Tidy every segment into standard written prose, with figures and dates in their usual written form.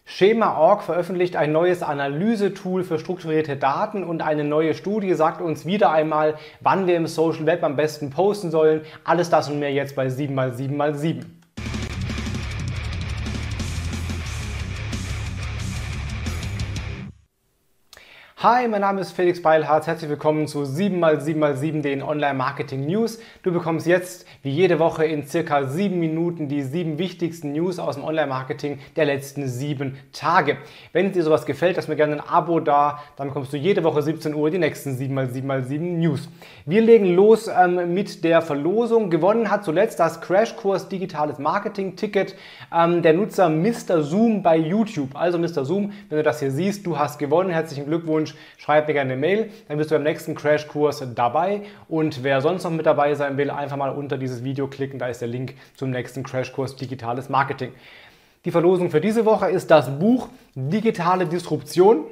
Schema.org veröffentlicht ein neues Analysetool für strukturierte Daten und eine neue Studie sagt uns wieder einmal, wann wir im Social Web am besten posten sollen. Alles das und mehr jetzt bei 7x7x7. Hi, mein Name ist Felix Beilharz, herzlich willkommen zu 7x7x7, den Online-Marketing-News. Du bekommst jetzt, wie jede Woche, in circa 7 Minuten die 7 wichtigsten News aus dem Online-Marketing der letzten 7 Tage. Wenn dir sowas gefällt, lass mir gerne ein Abo da, dann bekommst du jede Woche 17 Uhr die nächsten 7x7x7 News. Wir legen los mit der Verlosung. Gewonnen hat zuletzt das Crashkurs Digitales Marketing-Ticket der Nutzer Mr. Zoom bei YouTube. Also Mr. Zoom, wenn du das hier siehst, du hast gewonnen, herzlichen Glückwunsch. Schreib mir gerne eine Mail, dann bist du beim nächsten Crashkurs dabei. Und wer sonst noch mit dabei sein will, einfach mal unter dieses Video klicken, da ist der Link zum nächsten Crashkurs Digitales Marketing. Die Verlosung für diese Woche ist das Buch Digitale Disruption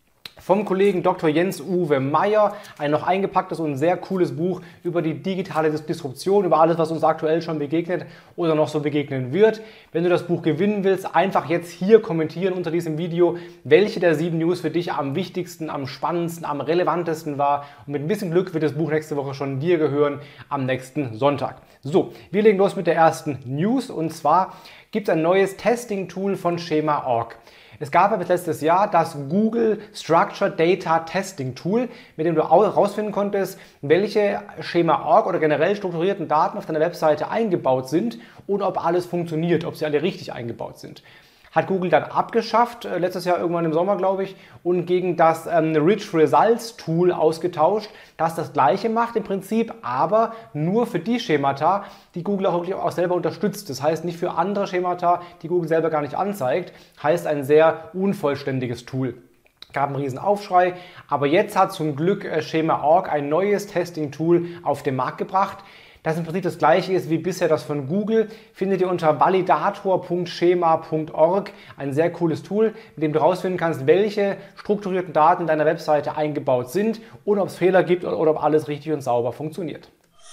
vom Kollegen Dr. Jens-Uwe Meyer, ein noch eingepacktes und sehr cooles Buch über die digitale Disruption, über alles, was uns aktuell schon begegnet oder noch so begegnen wird. Wenn du das Buch gewinnen willst, einfach jetzt hier kommentieren unter diesem Video, welche der 7 News für dich am wichtigsten, am spannendsten, am relevantesten war. Und mit ein bisschen Glück wird das Buch nächste Woche schon dir gehören am nächsten Sonntag. So, wir legen los mit der ersten News und zwar gibt es ein neues Testing-Tool von Schema.org. Es gab ja bis letztes Jahr das Google Structured Data Testing Tool, mit dem du herausfinden konntest, welche Schema.org oder generell strukturierten Daten auf deiner Webseite eingebaut sind und ob alles funktioniert, ob sie alle richtig eingebaut sind. Hat Google dann abgeschafft, letztes Jahr irgendwann im Sommer, glaube ich, und gegen das Rich Results Tool ausgetauscht, das das gleiche macht im Prinzip, aber nur für die Schemata, die Google auch wirklich auch selber unterstützt. Das heißt nicht für andere Schemata, die Google selber gar nicht anzeigt, heißt ein sehr unvollständiges Tool. Gab einen riesen Aufschrei, aber jetzt hat zum Glück Schema.org ein neues Testing-Tool auf den Markt gebracht, das im Prinzip das gleiche ist wie bisher das von Google, findet ihr unter validator.schema.org, ein sehr cooles Tool, mit dem du herausfinden kannst, welche strukturierten Daten in deiner Webseite eingebaut sind und ob es Fehler gibt oder ob alles richtig und sauber funktioniert.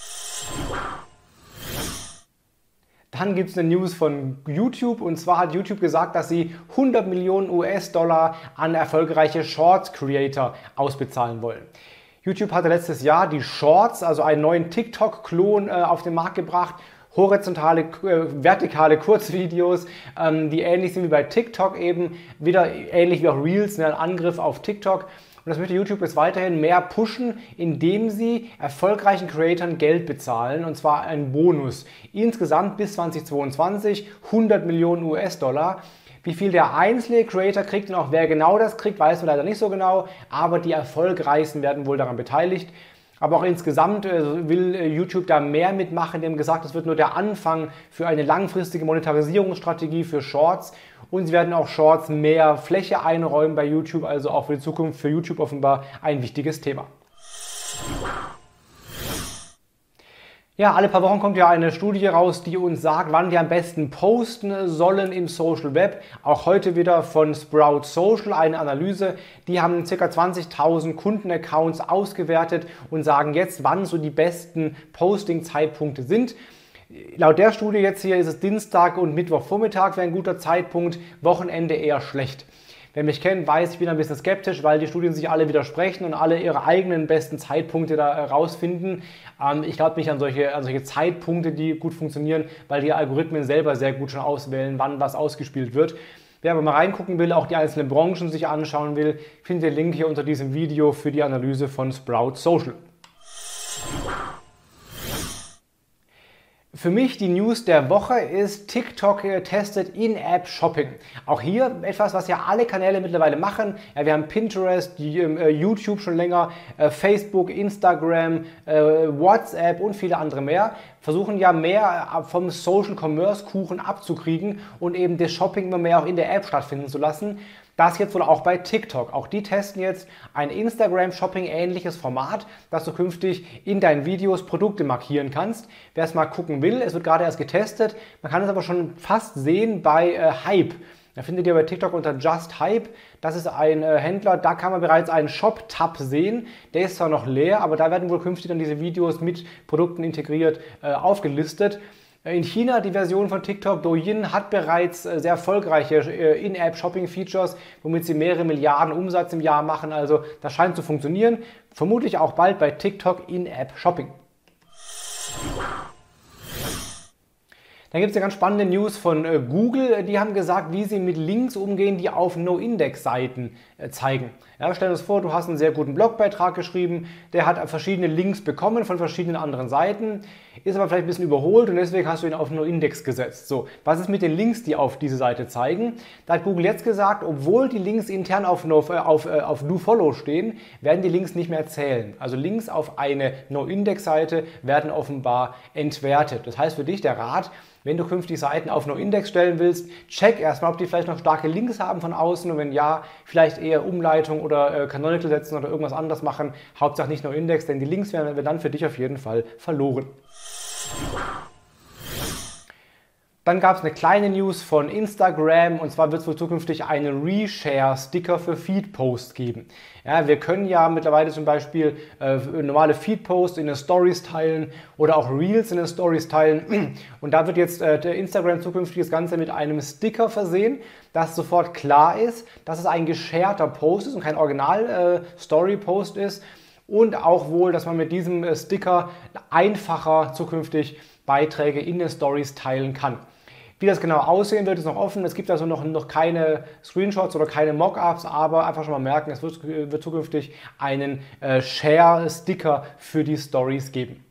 Dann gibt es eine News von YouTube und zwar hat YouTube gesagt, dass sie 100 Millionen US-Dollar an erfolgreiche Shorts-Creator ausbezahlen wollen. YouTube hatte letztes Jahr die Shorts, also einen neuen TikTok-Klon auf den Markt gebracht. Horizontale, vertikale Kurzvideos, die ähnlich sind wie bei TikTok eben. Wieder ähnlich wie auch Reels, ein Angriff auf TikTok. Und das möchte YouTube jetzt weiterhin mehr pushen, indem sie erfolgreichen Creatoren Geld bezahlen, und zwar einen Bonus. Insgesamt bis 2022 100 Millionen US-Dollar. Wie viel der einzelne Creator kriegt und auch wer genau das kriegt, weiß man leider nicht so genau, aber die Erfolgreichsten werden wohl daran beteiligt. Aber auch insgesamt will YouTube da mehr mitmachen. Die haben gesagt, das wird nur der Anfang für eine langfristige Monetarisierungsstrategie für Shorts. Und sie werden auch Shorts mehr Fläche einräumen bei YouTube, also auch für die Zukunft für YouTube offenbar ein wichtiges Thema. Ja, alle paar Wochen kommt ja eine Studie raus, die uns sagt, wann wir am besten posten sollen im Social Web. Auch heute wieder von Sprout Social eine Analyse. Die haben ca. 20.000 Kundenaccounts ausgewertet und sagen jetzt, wann so die besten Posting-Zeitpunkte sind. Laut der Studie jetzt hier ist es Dienstag und Mittwochvormittag wäre ein guter Zeitpunkt, Wochenende eher schlecht. Wer mich kennt, weiß, ich bin ein bisschen skeptisch, weil die Studien sich alle widersprechen und alle ihre eigenen besten Zeitpunkte da herausfinden. Ich glaube nicht an solche Zeitpunkte, die gut funktionieren, weil die Algorithmen selber sehr gut schon auswählen, wann was ausgespielt wird. Wer aber mal reingucken will, auch die einzelnen Branchen sich anschauen will, findet den Link hier unter diesem Video für die Analyse von Sprout Social. Für mich die News der Woche ist, TikTok testet In-App-Shopping. Auch hier etwas, was ja alle Kanäle mittlerweile machen. Ja, wir haben Pinterest, YouTube schon länger, Facebook, Instagram, WhatsApp und viele andere mehr. Versuchen ja mehr vom Social Commerce Kuchen abzukriegen und eben das Shopping immer mehr auch in der App stattfinden zu lassen. Das jetzt wohl auch bei TikTok. Auch die testen jetzt ein Instagram-Shopping-ähnliches Format, dass du künftig in deinen Videos Produkte markieren kannst. Wer es mal gucken will, es wird gerade erst getestet. Man kann es aber schon fast sehen bei Hype. Da findet ihr bei TikTok unter Just Hype. Das ist ein Händler, da kann man bereits einen Shop-Tab sehen. Der ist zwar noch leer, aber da werden wohl künftig dann diese Videos mit Produkten integriert aufgelistet. In China, die Version von TikTok, Douyin, hat bereits sehr erfolgreiche In-App-Shopping-Features, womit sie mehrere Milliarden Umsatz im Jahr machen. Also das scheint zu funktionieren. Vermutlich auch bald bei TikTok In-App-Shopping. Dann gibt es eine ganz spannende News von Google. Die haben gesagt, wie sie mit Links umgehen, die auf No-Index-Seiten zeigen. Ja, stell dir das vor, du hast einen sehr guten Blogbeitrag geschrieben, der hat verschiedene Links bekommen von verschiedenen anderen Seiten, ist aber vielleicht ein bisschen überholt und deswegen hast du ihn auf No-Index gesetzt. So, was ist mit den Links, die auf diese Seite zeigen? Da hat Google jetzt gesagt, obwohl die Links intern auf DoFollow stehen, werden die Links nicht mehr zählen. Also Links auf eine No-Index-Seite werden offenbar entwertet. Das heißt für dich der Rat, wenn du künftig Seiten auf No-Index stellen willst, check erstmal, ob die vielleicht noch starke Links haben von außen und wenn ja, vielleicht eher Umleitung oder Canonical setzen oder irgendwas anderes machen. Hauptsache nicht No-Index, denn die Links werden dann für dich auf jeden Fall verloren. Dann gab es eine kleine News von Instagram und zwar wird es wohl zukünftig einen Reshare-Sticker für Feed-Posts geben. Ja, wir können ja mittlerweile zum Beispiel normale Feed-Posts in den Stories teilen oder auch Reels in den Stories teilen und da wird jetzt der Instagram zukünftig das Ganze mit einem Sticker versehen, dass sofort klar ist, dass es ein gesharter Post ist und kein Original-Story-Post ist und auch wohl, dass man mit diesem Sticker einfacher zukünftig Beiträge in den Stories teilen kann. Wie das genau aussehen wird, ist noch offen. Es gibt also noch keine Screenshots oder keine Mockups, aber einfach schon mal merken, es wird zukünftig einen Share-Sticker für die Stories geben.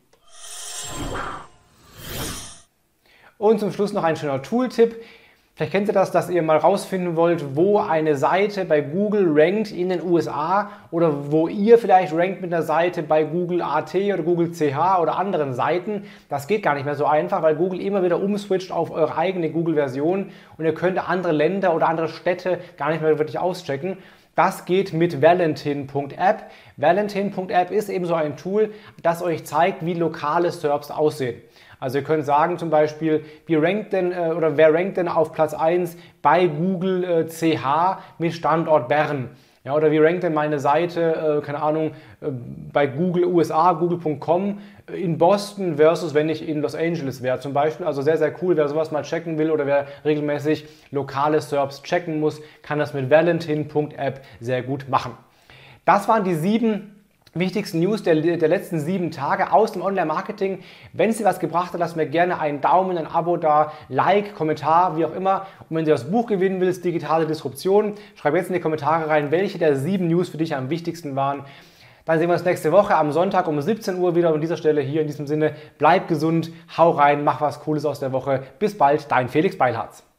Und zum Schluss noch ein schöner Tooltip. Vielleicht kennt ihr das, dass ihr mal rausfinden wollt, wo eine Seite bei Google rankt in den USA oder wo ihr vielleicht rankt mit einer Seite bei Google AT oder Google CH oder anderen Seiten. Das geht gar nicht mehr so einfach, weil Google immer wieder umswitcht auf eure eigene Google-Version und ihr könnt andere Länder oder andere Städte gar nicht mehr wirklich auschecken. Das geht mit Valentin.app. Valentin.app ist eben so ein Tool, das euch zeigt, wie lokale SERPs aussehen. Also ihr könnt sagen zum Beispiel, wer rankt denn auf Platz 1 bei Google CH mit Standort Bern? Ja, oder wie rankt denn meine Seite, keine Ahnung, bei Google USA, google.com in Boston versus wenn ich in Los Angeles wäre zum Beispiel. Also sehr, sehr cool, wer sowas mal checken will oder wer regelmäßig lokale SERPs checken muss, kann das mit Valentin.app sehr gut machen. Das waren die 7 wichtigsten News der letzten 7 Tage aus dem Online-Marketing. Wenn es dir was gebracht hat, lass mir gerne einen Daumen, ein Abo da, Like, Kommentar, wie auch immer. Und wenn du das Buch gewinnen willst, Digitale Disruption, schreib jetzt in die Kommentare rein, welche der 7 News für dich am wichtigsten waren. Dann sehen wir uns nächste Woche am Sonntag um 17 Uhr wieder. Und an dieser Stelle hier in diesem Sinne, bleib gesund, hau rein, mach was Cooles aus der Woche. Bis bald, dein Felix Beilharz.